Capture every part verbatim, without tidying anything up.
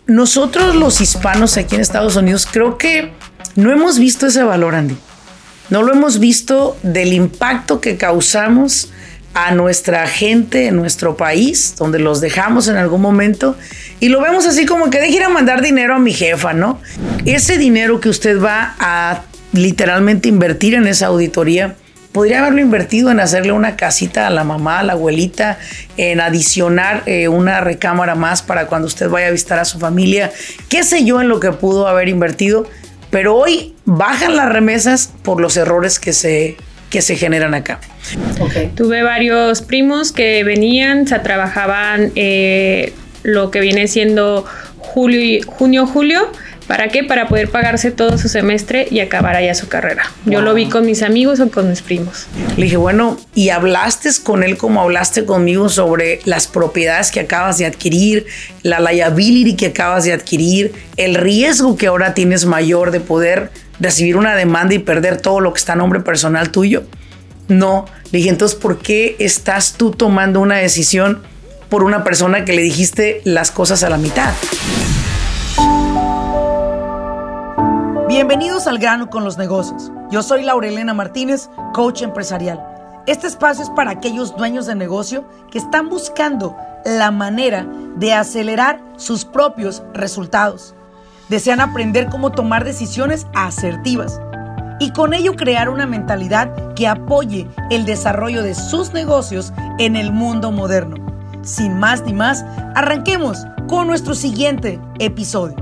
nosotros los hispanos aquí en Estados Unidos creo que no hemos visto ese valor, Andy. No lo hemos visto del impacto que causamos a nuestra gente en nuestro país, donde los dejamos en algún momento y lo vemos así como que deje ir a mandar dinero a mi jefa, ¿no? Ese dinero que usted va a literalmente invertir en esa auditoría, podría haberlo invertido en hacerle una casita a la mamá, a la abuelita, en adicionar eh, una recámara más para cuando usted vaya a visitar a su familia, qué sé yo en lo que pudo haber invertido, pero hoy bajan las remesas por los errores que se, que se generan acá. Okay. Tuve varios primos que venían, se trabajaban eh, lo que viene siendo julio y, junio, julio. ¿Para qué? Para poder pagarse todo su semestre y acabar allá su carrera. Wow. Yo lo vi con mis amigos o con mis primos. Le dije, bueno, ¿y hablaste con él como hablaste conmigo sobre las propiedades que acabas de adquirir, la liability que acabas de adquirir, el riesgo que ahora tienes mayor de poder recibir una demanda y perder todo lo que está a nombre personal tuyo? No. Le dije, entonces, ¿por qué estás tú tomando una decisión por una persona que le dijiste las cosas a la mitad? Bienvenidos al grano con los negocios. Yo soy Laurelena Martínez, coach empresarial. Este espacio es para aquellos dueños de negocio que están buscando la manera de acelerar sus propios resultados. Desean aprender cómo tomar decisiones asertivas y con ello crear una mentalidad que apoye el desarrollo de sus negocios en el mundo moderno. Sin más ni más, arranquemos con nuestro siguiente episodio.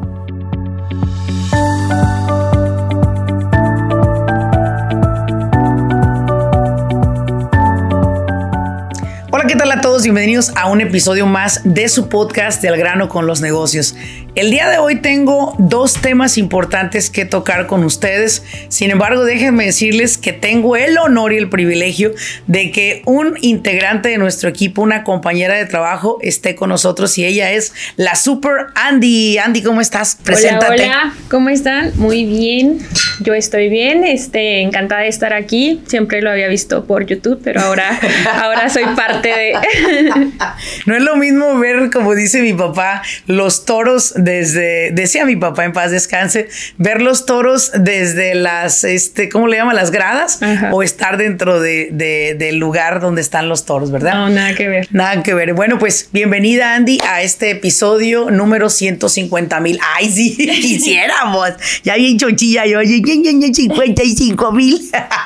Hola, ¿qué tal a todos? Bienvenidos a un episodio más de su podcast de Al Grano con los Negocios. El día de hoy tengo dos temas importantes que tocar con ustedes. Sin embargo, déjenme decirles que tengo el honor y el privilegio de que un integrante de nuestro equipo, una compañera de trabajo, esté con nosotros y ella es la Super Andy. Andy, ¿cómo estás? Preséntate. Hola, hola. ¿Cómo están? Muy bien. Yo estoy bien. Este, encantada de estar aquí. Siempre lo había visto por YouTube, pero ahora, ahora soy parte de... No es lo mismo ver, como dice mi papá, los toros desde, decía mi papá en paz descanse, ver los toros desde las, este, ¿cómo le llaman? Las gradas. Ajá. O estar dentro de, de, del lugar donde están los toros, ¿verdad? No, nada que ver. Nada que ver. Bueno, pues bienvenida, Andy, a este episodio número ciento cincuenta mil. Ay, sí, quisiéramos. Ya bien chochilla yo, cincuenta y cinco mil.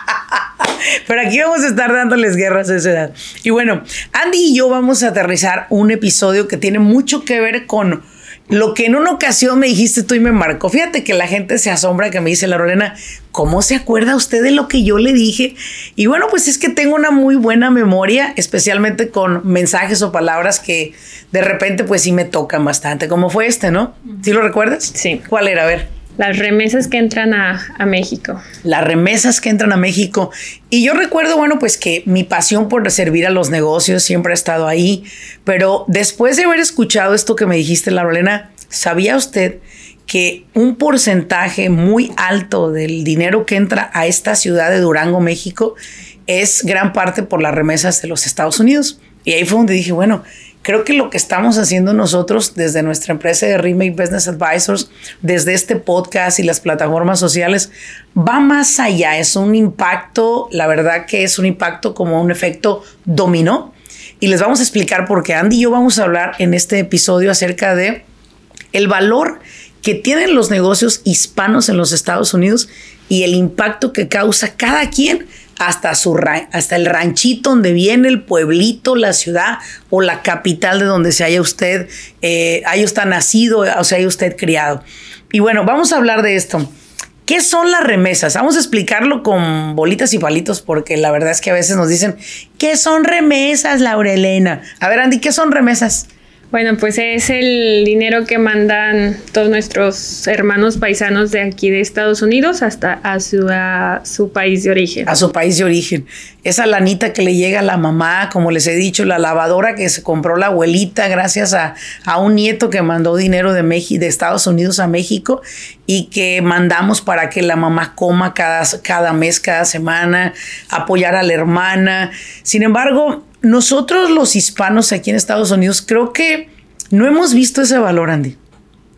Pero aquí vamos a estar dándoles guerras a esa edad. Y bueno, Andy y yo vamos a aterrizar un episodio que tiene mucho que ver con lo que en una ocasión me dijiste tú y me marcó. Fíjate que la gente se asombra que me dice, Laurelena, ¿cómo se acuerda usted de lo que yo le dije? Y bueno, pues es que tengo una muy buena memoria, especialmente con mensajes o palabras que de repente pues sí me tocan bastante, como fue este, ¿no? ¿Sí lo recuerdas? Sí. ¿Cuál era? A ver. Las remesas que entran a, a México. Las remesas que entran a México. Y yo recuerdo, bueno, pues que mi pasión por servir a los negocios siempre ha estado ahí. Pero después de haber escuchado esto que me dijiste, Laurelena, ¿sabía usted que un porcentaje muy alto del dinero que entra a esta ciudad de Durango, México, es gran parte por las remesas de los Estados Unidos? Y ahí fue donde dije, bueno, creo que lo que estamos haciendo nosotros desde nuestra empresa de Remake Business Advisors, desde este podcast y las plataformas sociales, va más allá. Es un impacto, la verdad que es un impacto como un efecto dominó. Y les vamos a explicar por qué. Andy y yo vamos a hablar en este episodio acerca de el valor que tienen los negocios hispanos en los Estados Unidos y el impacto que causa cada quien hasta, su, hasta el ranchito donde viene, el pueblito, la ciudad o la capital de donde se haya usted, eh, haya usted nacido o se haya usted criado. Y bueno, vamos a hablar de esto. ¿Qué son las remesas? Vamos a explicarlo con bolitas y palitos porque la verdad es que a veces nos dicen, ¿qué son remesas, Laurelena? A ver, Andy, ¿qué son remesas? Bueno, pues es el dinero que mandan todos nuestros hermanos paisanos de aquí de Estados Unidos hasta a su, a su país de origen. A su país de origen. Esa lanita que le llega a la mamá, como les he dicho, la lavadora que se compró la abuelita gracias a, a un nieto que mandó dinero de, México, de Estados Unidos a México y que mandamos para que la mamá coma cada, cada mes, cada semana, apoyar a la hermana. Sin embargo, nosotros los hispanos aquí en Estados Unidos creo que no hemos visto ese valor, Andy.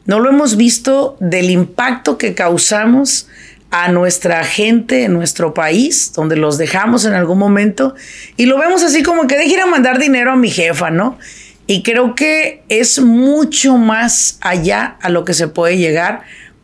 no lo hemos visto del impacto que causamos a nuestra gente en nuestro país, donde los dejamos en algún momento, y lo vemos así como que deje ir a mandar dinero a mi jefa, ¿no? Y creo que es mucho más allá a lo que se puede llegar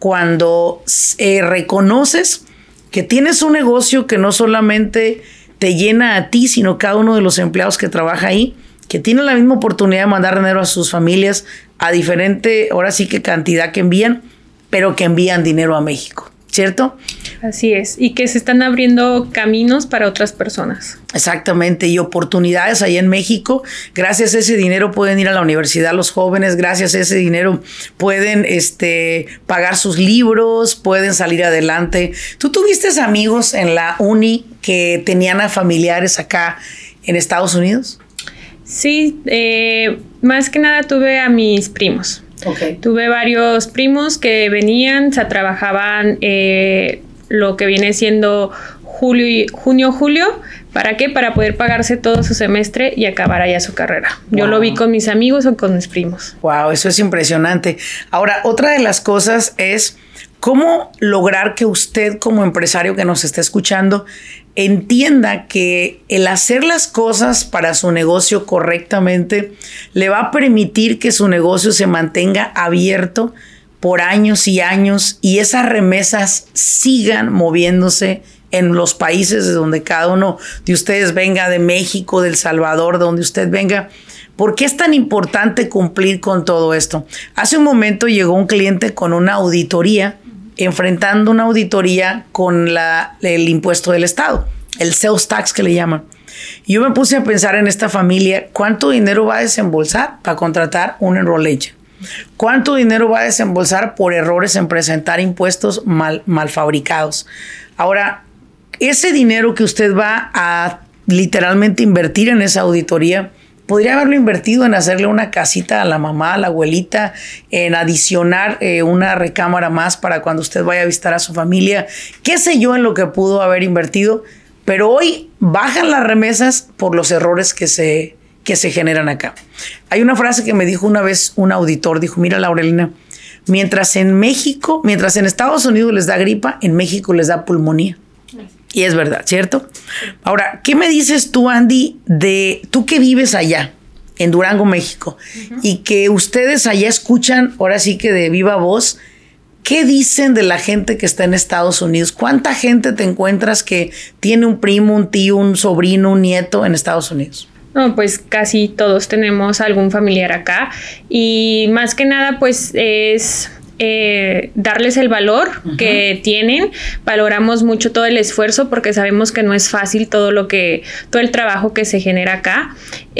cuando eh, reconoces que tienes un negocio que no solamente te llena a ti, sino cada uno de los empleados que trabaja ahí, que tienen la misma oportunidad de mandar dinero a sus familias a diferente, ahora sí que cantidad que envían, pero que envían dinero a México, ¿cierto? Así es, y que se están abriendo caminos para otras personas. Exactamente, y oportunidades ahí en México. Gracias a ese dinero pueden ir a la universidad los jóvenes, gracias a ese dinero pueden este, pagar sus libros, pueden salir adelante. ¿Tú tuviste amigos en la uni que tenían a familiares acá en Estados Unidos? Sí, eh, más que nada tuve a mis primos. Okay. Tuve varios primos que venían, o sea, trabajaban eh, lo que viene siendo julio y, junio, julio. ¿Para qué? Para poder pagarse todo su semestre y acabar allá su carrera. Wow. Yo lo vi con mis amigos o con mis primos. Wow, eso es impresionante. Ahora, otra de las cosas es cómo lograr que usted, como empresario que nos está escuchando, entienda que el hacer las cosas para su negocio correctamente le va a permitir que su negocio se mantenga abierto por años y años y esas remesas sigan moviéndose en los países de donde cada uno de ustedes venga, de México, de El Salvador, de donde usted venga. ¿Por qué es tan importante cumplir con todo esto? Hace un momento llegó un cliente con una auditoría, enfrentando una auditoría con la, el impuesto del Estado, el sales tax que le llaman. Y yo me puse a pensar en esta familia, ¿cuánto dinero va a desembolsar para contratar un enroll agent? ¿Cuánto dinero va a desembolsar por errores en presentar impuestos mal, mal fabricados? Ahora, ese dinero que usted va a literalmente invertir en esa auditoría, podría haberlo invertido en hacerle una casita a la mamá, a la abuelita, en adicionar eh, una recámara más para cuando usted vaya a visitar a su familia, qué sé yo en lo que pudo haber invertido, pero hoy bajan las remesas por los errores que se, que se generan acá. Hay una frase que me dijo una vez un auditor, dijo, mira Laurelina, mientras en México, mientras en Estados Unidos les da gripa, en México les da pulmonía. Y es verdad, ¿cierto? Ahora, ¿qué me dices tú, Andy, de tú que vives allá, en Durango, México, uh-huh. y que ustedes allá escuchan, ahora sí que de viva voz, ¿qué dicen de la gente que está en Estados Unidos? ¿Cuánta gente te encuentras que tiene un primo, un tío, un sobrino, un nieto en Estados Unidos? No, pues casi todos tenemos algún familiar acá y más que nada pues es... Eh, darles el valor uh-huh. que tienen. Valoramos mucho todo el esfuerzo porque sabemos que no es fácil todo lo que, todo el trabajo que se genera acá.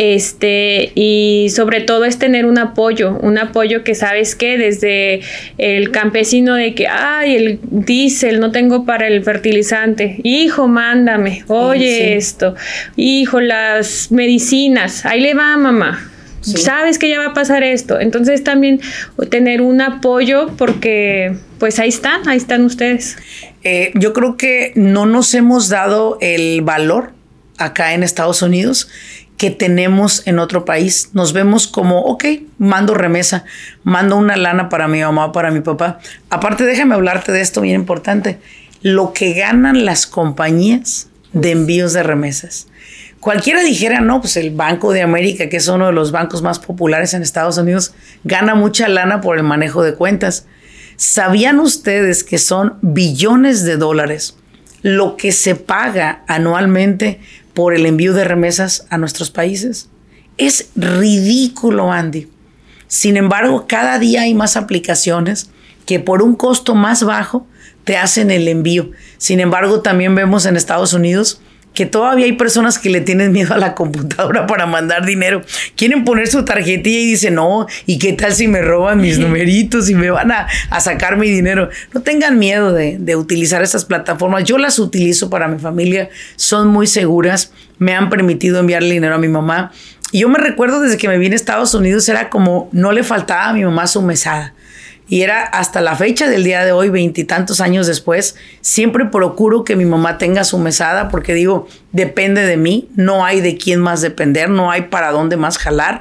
Este, y sobre todo es tener un apoyo, un apoyo que sabes que desde el campesino de que, ay, el diésel, no tengo para el fertilizante, hijo, mándame, oye sí, sí. esto, hijo, las medicinas, ahí le va mamá. Sí. Sabes que ya va a pasar esto, entonces también tener un apoyo porque pues ahí están, ahí están ustedes. Eh, yo creo que no nos hemos dado el valor acá en Estados Unidos que tenemos en otro país. Nos vemos como, ok, mando remesa, mando una lana para mi mamá, para mi papá. Aparte, déjame hablarte de esto bien importante, lo que ganan las compañías de envíos de remesas. Cualquiera dijera, no, pues el Banco de América, que es uno de los bancos más populares en Estados Unidos, gana mucha lana por el manejo de cuentas. ¿Sabían ustedes que son billones de dólares lo que se paga anualmente por el envío de remesas a nuestros países? Es ridículo, Andy. Sin embargo, cada día hay más aplicaciones que por un costo más bajo te hacen el envío. Sin embargo, también vemos en Estados Unidos que todavía hay personas que le tienen miedo a la computadora para mandar dinero. Quieren poner su tarjetilla y dicen, no, ¿y qué tal si me roban mis numeritos y me van a, a sacar mi dinero? No tengan miedo de, de utilizar estas plataformas. Yo las utilizo para mi familia. Son muy seguras. Me han permitido enviarle dinero a mi mamá. Y yo me recuerdo desde que me vine a Estados Unidos, era como no le faltaba a mi mamá su mesada. Y era hasta la fecha del día de hoy, veintitantos años después, siempre procuro que mi mamá tenga su mesada porque digo, depende de mí, no hay de quién más depender, no hay para dónde más jalar.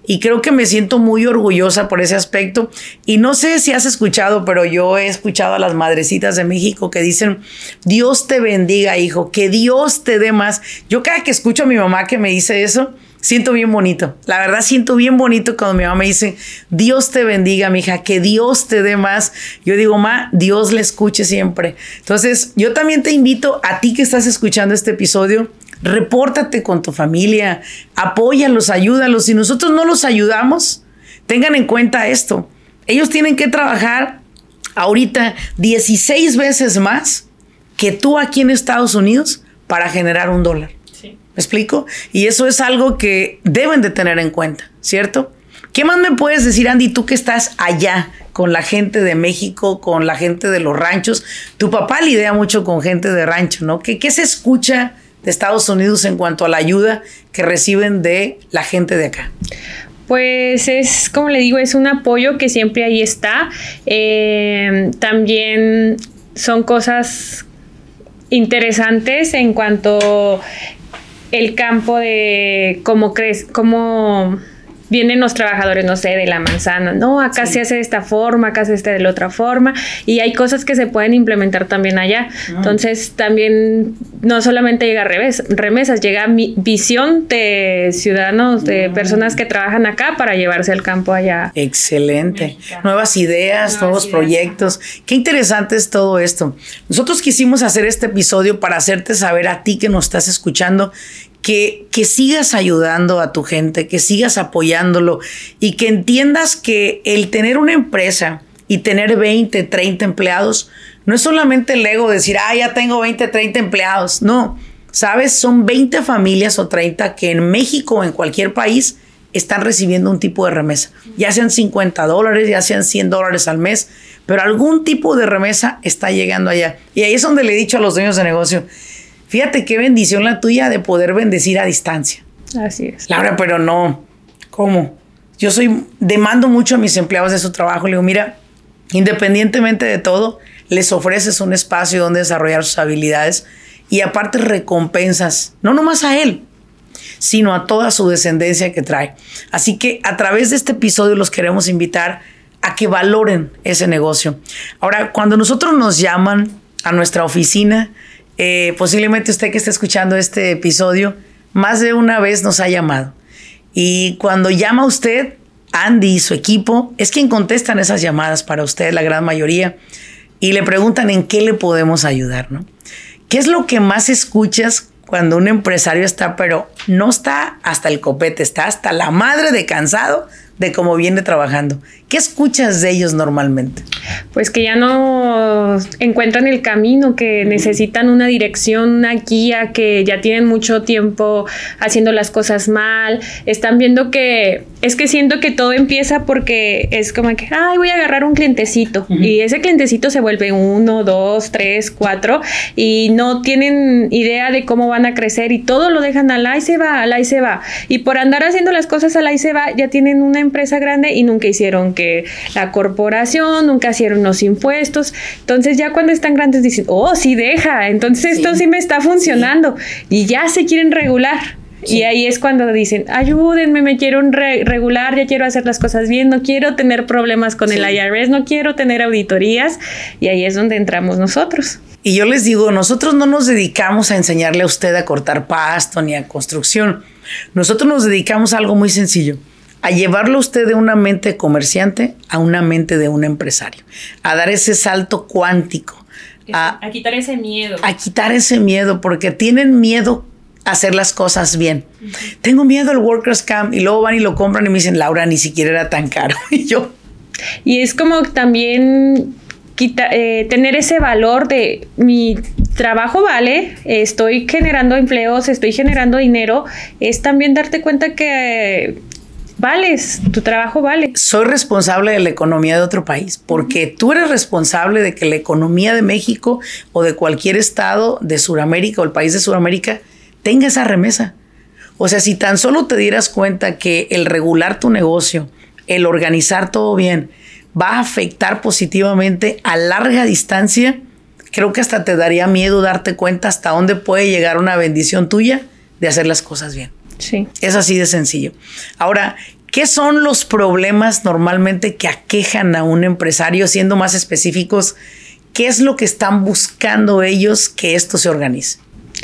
Y creo que me siento muy orgullosa por ese aspecto. Y no sé si has escuchado, pero yo he escuchado a las madrecitas de México que dicen, Dios te bendiga, hijo, que Dios te dé más. Yo cada que escucho a mi mamá que me dice eso, siento bien bonito. La verdad, siento bien bonito cuando mi mamá me dice, Dios te bendiga, mija, que Dios te dé más. Yo digo, ma, Dios le escuche siempre. Entonces, yo también te invito a ti que estás escuchando este episodio, repórtate con tu familia, apóyalos, ayúdalos. Si nosotros no los ayudamos, tengan en cuenta esto. Ellos tienen que trabajar ahorita dieciséis veces más que tú aquí en Estados Unidos para generar un dólar. Sí. ¿Me explico? Y eso es algo que deben de tener en cuenta, ¿cierto? ¿Qué más me puedes decir, Andy, tú que estás allá con la gente de México, con la gente de los ranchos? Tu papá lidia mucho con gente de rancho, ¿no? ¿Qué, qué se escucha de Estados Unidos en cuanto a la ayuda que reciben de la gente de acá? Pues es, como le digo, es un apoyo que siempre ahí está. Eh, también son cosas interesantes en cuanto el campo de cómo crees, cómo vienen los trabajadores, no sé, de la manzana, no, acá sí. se hace de esta forma, acá se hace de la otra forma, y hay cosas que se pueden implementar también allá. Ah. Entonces, también no solamente llega reves, remesas, llega mi, visión de ciudadanos, de ah. personas que trabajan acá para llevarse al campo allá. Excelente. Mexicano. Nuevas ideas, Nuevas nuevos ideas. proyectos. Qué interesante es todo esto. Nosotros quisimos hacer este episodio para hacerte saber a ti que nos estás escuchando Que, que sigas ayudando a tu gente, que sigas apoyándolo y que entiendas que el tener una empresa y tener veinte, treinta empleados no es solamente el ego de decir, ah, ya tengo veinte, treinta empleados. No, ¿sabes? Son veinte familias o treinta que en México o en cualquier país están recibiendo un tipo de remesa. Ya sean cincuenta dólares, ya sean cien dólares al mes, pero algún tipo de remesa está llegando allá. Y ahí es donde le he dicho a los dueños de negocio, fíjate qué bendición la tuya de poder bendecir a distancia. Así es. Laura, pero no, ¿cómo? Yo soy, demando mucho a mis empleados de su trabajo. Le digo, mira, independientemente de todo, les ofreces un espacio donde desarrollar sus habilidades y aparte recompensas, no nomás a él, sino a toda su descendencia que trae. Así que a través de este episodio los queremos invitar a que valoren ese negocio. Ahora, cuando nosotros nos llaman a nuestra oficina, Eh, posiblemente usted que está escuchando este episodio más de una vez nos ha llamado, y cuando llama usted, Andy y su equipo es quien contestan esas llamadas para usted, la gran mayoría, y le preguntan en qué le podemos ayudar, ¿no? ¿Qué es lo que más escuchas cuando un empresario está, pero no está hasta el copete, está hasta la madre de cansado de cómo viene trabajando? ¿Qué escuchas de ellos normalmente? Pues que ya no encuentran el camino, que necesitan una dirección, una guía, que ya tienen mucho tiempo haciendo las cosas mal. Están viendo que, es que siento que todo empieza porque es como que, ay, voy a agarrar un clientecito. Uh-huh. Y ese clientecito se vuelve uno, dos, tres, cuatro, y no tienen idea de cómo van a crecer y todo lo dejan al ahí se va, al ahí se va. Y por andar haciendo las cosas al ahí se va, ya tienen una empresa grande y nunca hicieron que la corporación, nunca hicieron los impuestos. Entonces ya cuando están grandes dicen, oh, sí deja, entonces sí. esto sí me está funcionando, sí. y ya se quieren regular. Sí. Y ahí es cuando dicen, ayúdenme, me quiero re- regular, ya quiero hacer las cosas bien, no quiero tener problemas con sí. el I R S, no quiero tener auditorías, y ahí es donde entramos nosotros. Y yo les digo, nosotros no nos dedicamos a enseñarle a usted a cortar pasto ni a construcción. Nosotros nos dedicamos a algo muy sencillo, a llevarlo usted de una mente de comerciante a una mente de un empresario, a dar ese salto cuántico, a, a quitar ese miedo. A quitar ese miedo, porque tienen miedo a hacer las cosas bien. Uh-huh. Tengo miedo al Workers Camp, y luego van y lo compran y me dicen, Laura, ni siquiera era tan caro. Y yo... Y es como también quita, eh, tener ese valor de mi trabajo vale, estoy generando empleos, estoy generando dinero, es también darte cuenta que... vales, tu trabajo vale. Soy responsable de la economía de otro país, porque uh-huh. tú eres responsable de que la economía de México o de cualquier estado de Sudamérica o el país de Sudamérica tenga esa remesa. O sea, si tan solo te dieras cuenta que el regular tu negocio, el organizar todo bien, va a afectar positivamente a larga distancia, creo que hasta te daría miedo darte cuenta hasta dónde puede llegar una bendición tuya de hacer las cosas bien. Sí. Es así de sencillo. Ahora, ¿Qué son los problemas normalmente que aquejan a un empresario? Siendo más específicos, ¿qué es lo que están buscando ellos que esto se organice?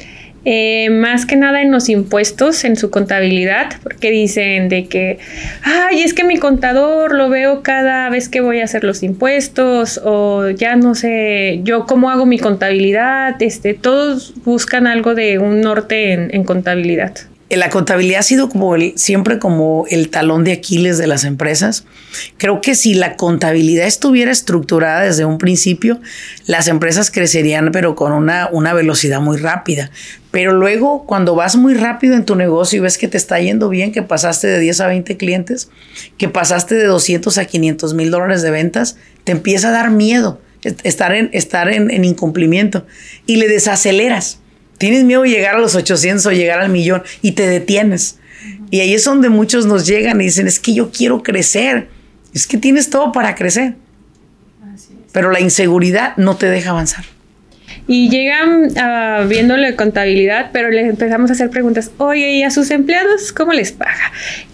Eh, más que nada en los impuestos, en su contabilidad, porque dicen de que, ay, es que mi contador lo veo cada vez que voy a hacer los impuestos, o ya no sé, yo cómo hago mi contabilidad, este, todos buscan algo de un norte en, en contabilidad. La contabilidad ha sido como el, siempre como el talón de Aquiles de las empresas. Creo que si la contabilidad estuviera estructurada desde un principio, las empresas crecerían, pero con una, una velocidad muy rápida. Pero luego, cuando vas muy rápido en tu negocio y ves que te está yendo bien, que pasaste de diez a veinte clientes, que pasaste de doscientos a quinientos mil dólares de ventas, te empieza a dar miedo estar en, estar en, en incumplimiento y le desaceleras. Tienes miedo de llegar a los ochocientos o llegar al millón y te detienes. Uh-huh. Y ahí es donde muchos nos llegan y dicen, es que yo quiero crecer. Es que tienes todo para crecer. Así es. Pero la inseguridad no te deja avanzar. Y llegan uh, viéndole contabilidad, pero les empezamos a hacer preguntas. Oye, ¿y a sus empleados cómo les paga?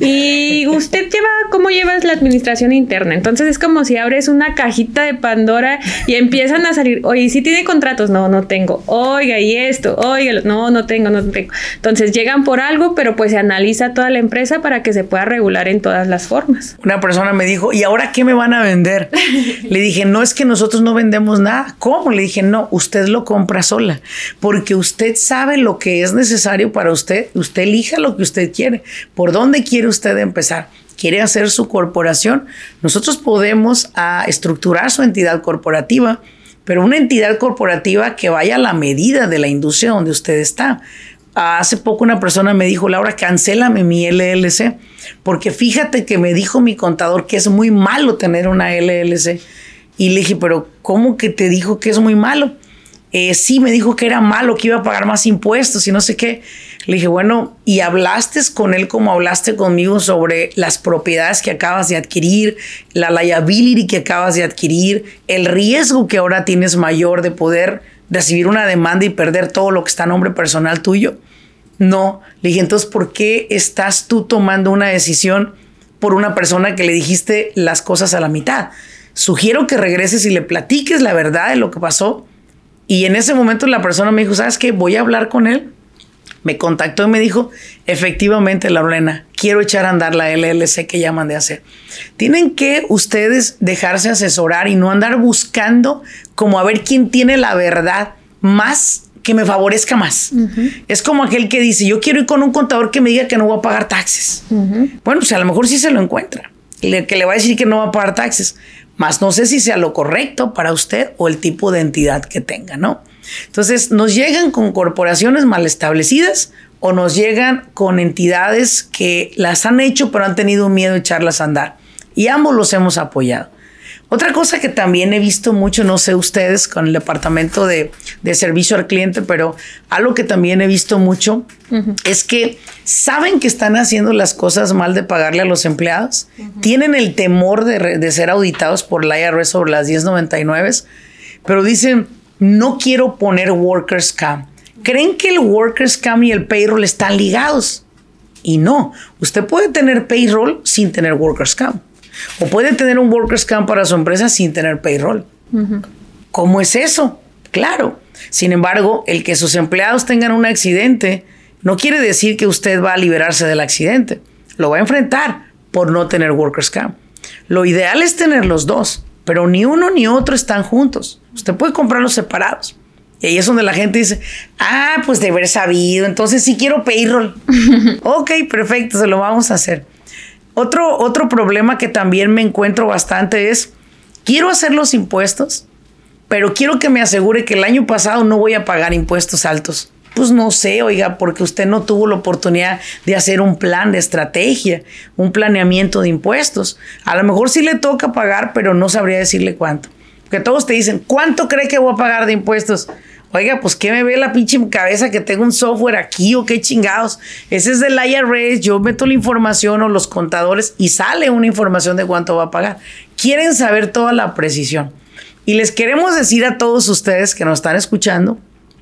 Y usted lleva, ¿cómo llevas la administración interna? Entonces es como si abres una cajita de Pandora y empiezan a salir. Oye, ¿sí tiene contratos? No, no tengo. Oiga, ¿y esto? Oiga, no, no tengo, no tengo. Entonces llegan por algo, pero pues se analiza toda la empresa para que se pueda regular en todas las formas. Una persona me dijo, ¿y ahora qué me van a vender? Le dije, no, es que nosotros no vendemos nada. ¿Cómo? Le dije, no, usted lo compra sola, porque usted sabe lo que es necesario para usted. Usted elija lo que usted quiere. ¿Por dónde quiere usted empezar? ¿Quiere hacer su corporación? Nosotros podemos a, estructurar su entidad corporativa, pero una entidad corporativa que vaya a la medida de la industria donde usted está. Hace poco una persona me dijo, Laura, cancélame mi L L C, porque fíjate que me dijo mi contador que es muy malo tener una L L C. Y le dije, pero ¿cómo que te dijo que es muy malo? Eh, sí, me dijo que era malo, que iba a pagar más impuestos y no sé qué. Le dije, bueno, ¿y hablaste con él como hablaste conmigo sobre las propiedades que acabas de adquirir, la liability que acabas de adquirir, el riesgo que ahora tienes mayor de poder recibir una demanda y perder todo lo que está a nombre personal tuyo? No. Le dije, entonces, ¿por qué estás tú tomando una decisión por una persona que le dijiste las cosas a la mitad? Sugiero que regreses y le platiques la verdad de lo que pasó. Y en ese momento la persona me dijo, ¿sabes qué? Voy a hablar con él. Me contactó y me dijo, efectivamente, Laurelena, quiero echar a andar la L L C que ya mandé a hacer. Tienen que ustedes dejarse asesorar y no andar buscando como a ver quién tiene la verdad más que me favorezca más. Uh-huh. Es como aquel que dice, yo quiero ir con un contador que me diga que no voy a pagar taxes. Uh-huh. Bueno, pues a lo mejor sí se lo encuentra, que le va a decir que no va a pagar taxes. Más no sé si sea lo correcto para usted o el tipo de entidad que tenga, ¿no? Entonces, nos llegan con corporaciones mal establecidas o nos llegan con entidades que las han hecho pero han tenido miedo de echarlas a andar. Y ambos los hemos apoyado. Otra cosa que también he visto mucho, no sé ustedes, con el departamento de, de servicio al cliente, pero algo que también he visto mucho uh-huh. es que saben que están haciendo las cosas mal de pagarle a los empleados, uh-huh. tienen el temor de, de ser auditados por la I R S sobre las diez noventa y nueve, pero dicen, no quiero poner workers' comp. ¿Creen que el workers' comp y el payroll están ligados? Y no, usted puede tener payroll sin tener workers' comp. O puede tener un workers' comp para su empresa sin tener payroll. Uh-huh. ¿Cómo es eso? Claro. Sin embargo, el que sus empleados tengan un accidente no quiere decir que usted va a liberarse del accidente. Lo va a enfrentar por no tener workers' comp. Lo ideal es tener los dos, pero ni uno ni otro están juntos. Usted puede comprarlos separados. Y ahí es donde la gente dice, ah, pues de haber sabido, entonces sí quiero payroll. Ok, perfecto, se lo vamos a hacer. Otro, otro problema que también me encuentro bastante es, quiero hacer los impuestos, pero quiero que me asegure que el año pasado no voy a pagar impuestos altos. Pues no sé, oiga, porque usted no tuvo la oportunidad de hacer un plan de estrategia, un planeamiento de impuestos. A lo mejor sí le toca pagar, pero no sabría decirle cuánto. Porque todos te dicen, ¿cuánto cree que voy a pagar de impuestos? Oiga, pues ¿qué me ve la pinche cabeza que tengo un software aquí o qué chingados? Ese es del I R S, yo meto la información o los contadores y sale una información de cuánto va a pagar. Quieren saber toda la precisión. Y les queremos decir a todos ustedes que nos están escuchando,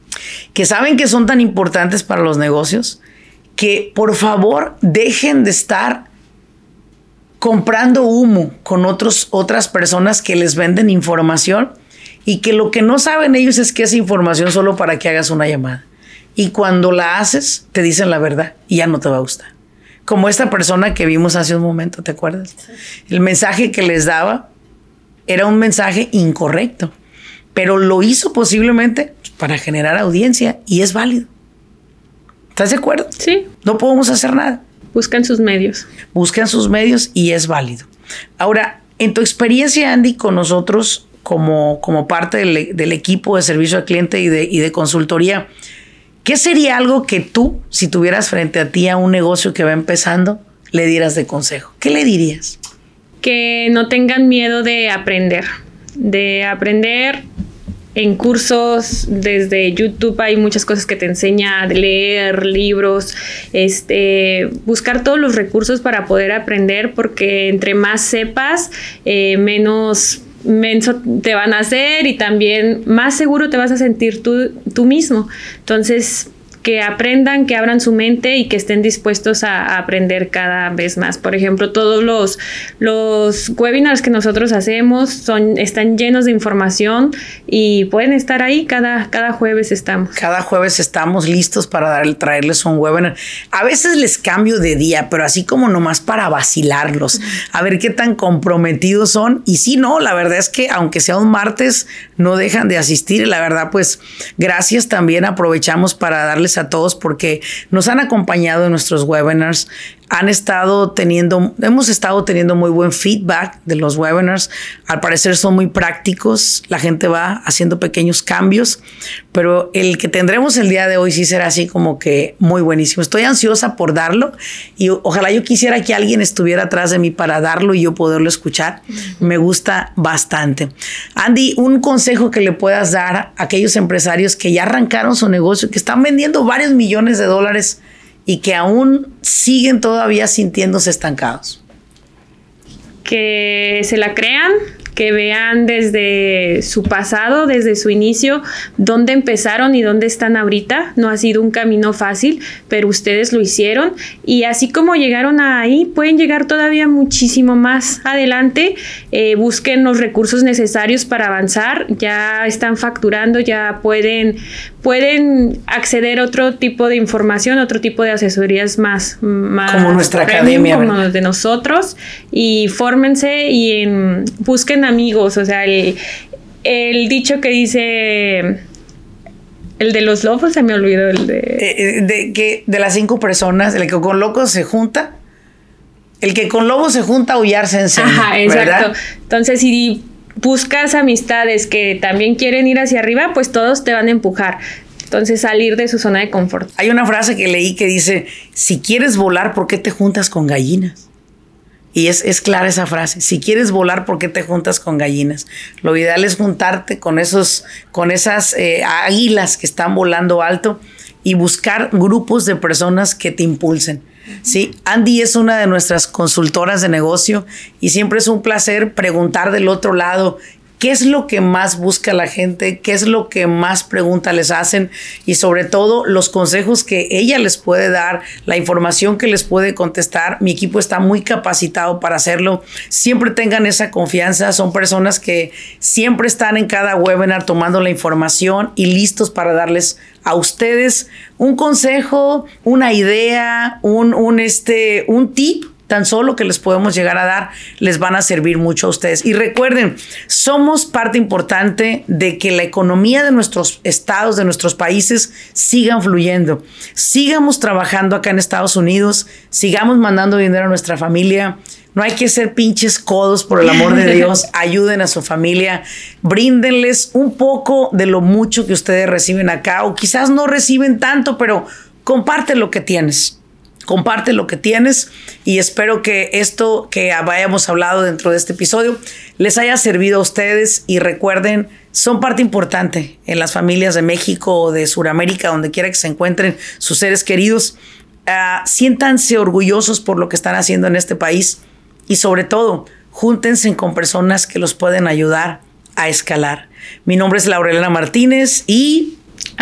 que saben que son tan importantes para los negocios, que por favor dejen de estar comprando humo con otros, otras personas que les venden información y que lo que no saben ellos es que es información solo para que hagas una llamada. Y cuando la haces, te dicen la verdad y ya no te va a gustar. Como esta persona que vimos hace un momento, ¿te acuerdas? Sí. El mensaje que les daba era un mensaje incorrecto, pero lo hizo posiblemente para generar audiencia y es válido. ¿Estás de acuerdo? Sí. No podemos hacer nada. Buscan sus medios. Buscan sus medios y es válido. Ahora, en tu experiencia, Andy, con nosotros como, como parte del, del equipo de servicio al cliente y de, y de consultoría, ¿qué sería algo que tú, si tuvieras frente a ti a un negocio que va empezando, le dieras de consejo? ¿Qué le dirías? Que no tengan miedo de aprender, de aprender en cursos. Desde YouTube hay muchas cosas que te enseña a leer, libros, este, buscar todos los recursos para poder aprender, porque entre más sepas, eh, menos menso te van a hacer y también más seguro te vas a sentir tú, tú mismo. Entonces, que aprendan, que abran su mente y que estén dispuestos a, a aprender cada vez más. Por ejemplo, todos los, los webinars que nosotros hacemos son, están llenos de información y pueden estar ahí. Cada, cada jueves estamos. Cada jueves estamos listos para dar, traerles un webinar. A veces les cambio de día, pero así como nomás para vacilarlos, a ver qué tan comprometidos son. Y sí, no, la verdad es que aunque sea un martes, no dejan de asistir. La verdad, pues, gracias también. Aprovechamos para darles a todos porque nos han acompañado en nuestros webinars, han estado teniendo, hemos estado teniendo muy buen feedback de los webinars. Al parecer son muy prácticos, la gente va haciendo pequeños cambios, pero el que tendremos el día de hoy sí será así como que muy buenísimo. Estoy ansiosa por darlo y ojalá yo quisiera que alguien estuviera atrás de mí para darlo y yo poderlo escuchar. Uh-huh. Me gusta bastante. Andy, un consejo que le puedas dar a aquellos empresarios que ya arrancaron su negocio, que están vendiendo varios millones de dólares y que aún siguen todavía sintiéndose estancados. Que se la crean, que vean desde su pasado, desde su inicio, dónde empezaron y dónde están ahorita. No ha sido un camino fácil, pero ustedes lo hicieron. Y así como llegaron ahí, pueden llegar todavía muchísimo más adelante. Eh, busquen los recursos necesarios para avanzar. Ya están facturando, ya pueden, pueden acceder a otro tipo de información, otro tipo de asesorías más, más como nuestra premium, academia, como los de nosotros. Y fórmense y en, busquen amigos. O sea, el, el dicho que dice, el de los lobos, se me olvidó el de... Eh, de que de las cinco personas, el que con locos se junta, el que con lobos se junta, aullar se enseña. Ajá, exacto. ¿Verdad? Entonces, si buscas amistades que también quieren ir hacia arriba, pues todos te van a empujar. Entonces, salir de su zona de confort. Hay una frase que leí que dice, si quieres volar, ¿por qué te juntas con gallinas? Y es, es clara esa frase. Si quieres volar, ¿por qué te juntas con gallinas? Lo ideal es juntarte con, esos, con esas eh, águilas que están volando alto y buscar grupos de personas que te impulsen. ¿Sí? Andy es una de nuestras consultoras de negocio y siempre es un placer preguntar del otro lado qué es lo que más busca la gente, qué es lo que más preguntas les hacen y sobre todo los consejos que ella les puede dar, la información que les puede contestar. Mi equipo está muy capacitado para hacerlo. Siempre tengan esa confianza. Son personas que siempre están en cada webinar tomando la información y listos para darles a ustedes un consejo, una idea, un, un, este, un tip. Tan solo que les podemos llegar a dar, les van a servir mucho a ustedes. Y recuerden, somos parte importante de que la economía de nuestros estados, de nuestros países, sigan fluyendo. Sigamos trabajando acá en Estados Unidos, sigamos mandando dinero a nuestra familia. No hay que ser pinches codos, por el amor de Dios. Ayuden a su familia, bríndenles un poco de lo mucho que ustedes reciben acá, o quizás no reciben tanto, pero comparte lo que tienes. Comparte lo que tienes y espero que esto que hayamos hablado dentro de este episodio les haya servido a ustedes y recuerden, son parte importante en las familias de México o de Sudamérica, donde quiera que se encuentren sus seres queridos. Uh, siéntanse orgullosos por lo que están haciendo en este país y sobre todo, júntense con personas que los pueden ayudar a escalar. Mi nombre es Laurelena Martínez y... Andy.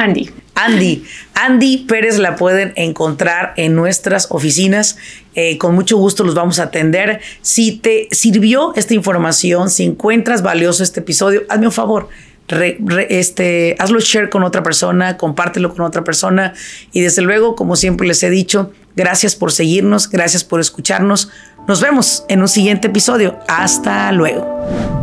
Andy. Andy Pérez la pueden encontrar en nuestras oficinas. Eh, con mucho gusto los vamos a atender. Si te sirvió esta información, si encuentras valioso este episodio, hazme un favor. Re, re, este, hazlo share con otra persona, compártelo con otra persona. Y desde luego, como siempre les he dicho, gracias por seguirnos, gracias por escucharnos. Nos vemos en un siguiente episodio. Hasta luego.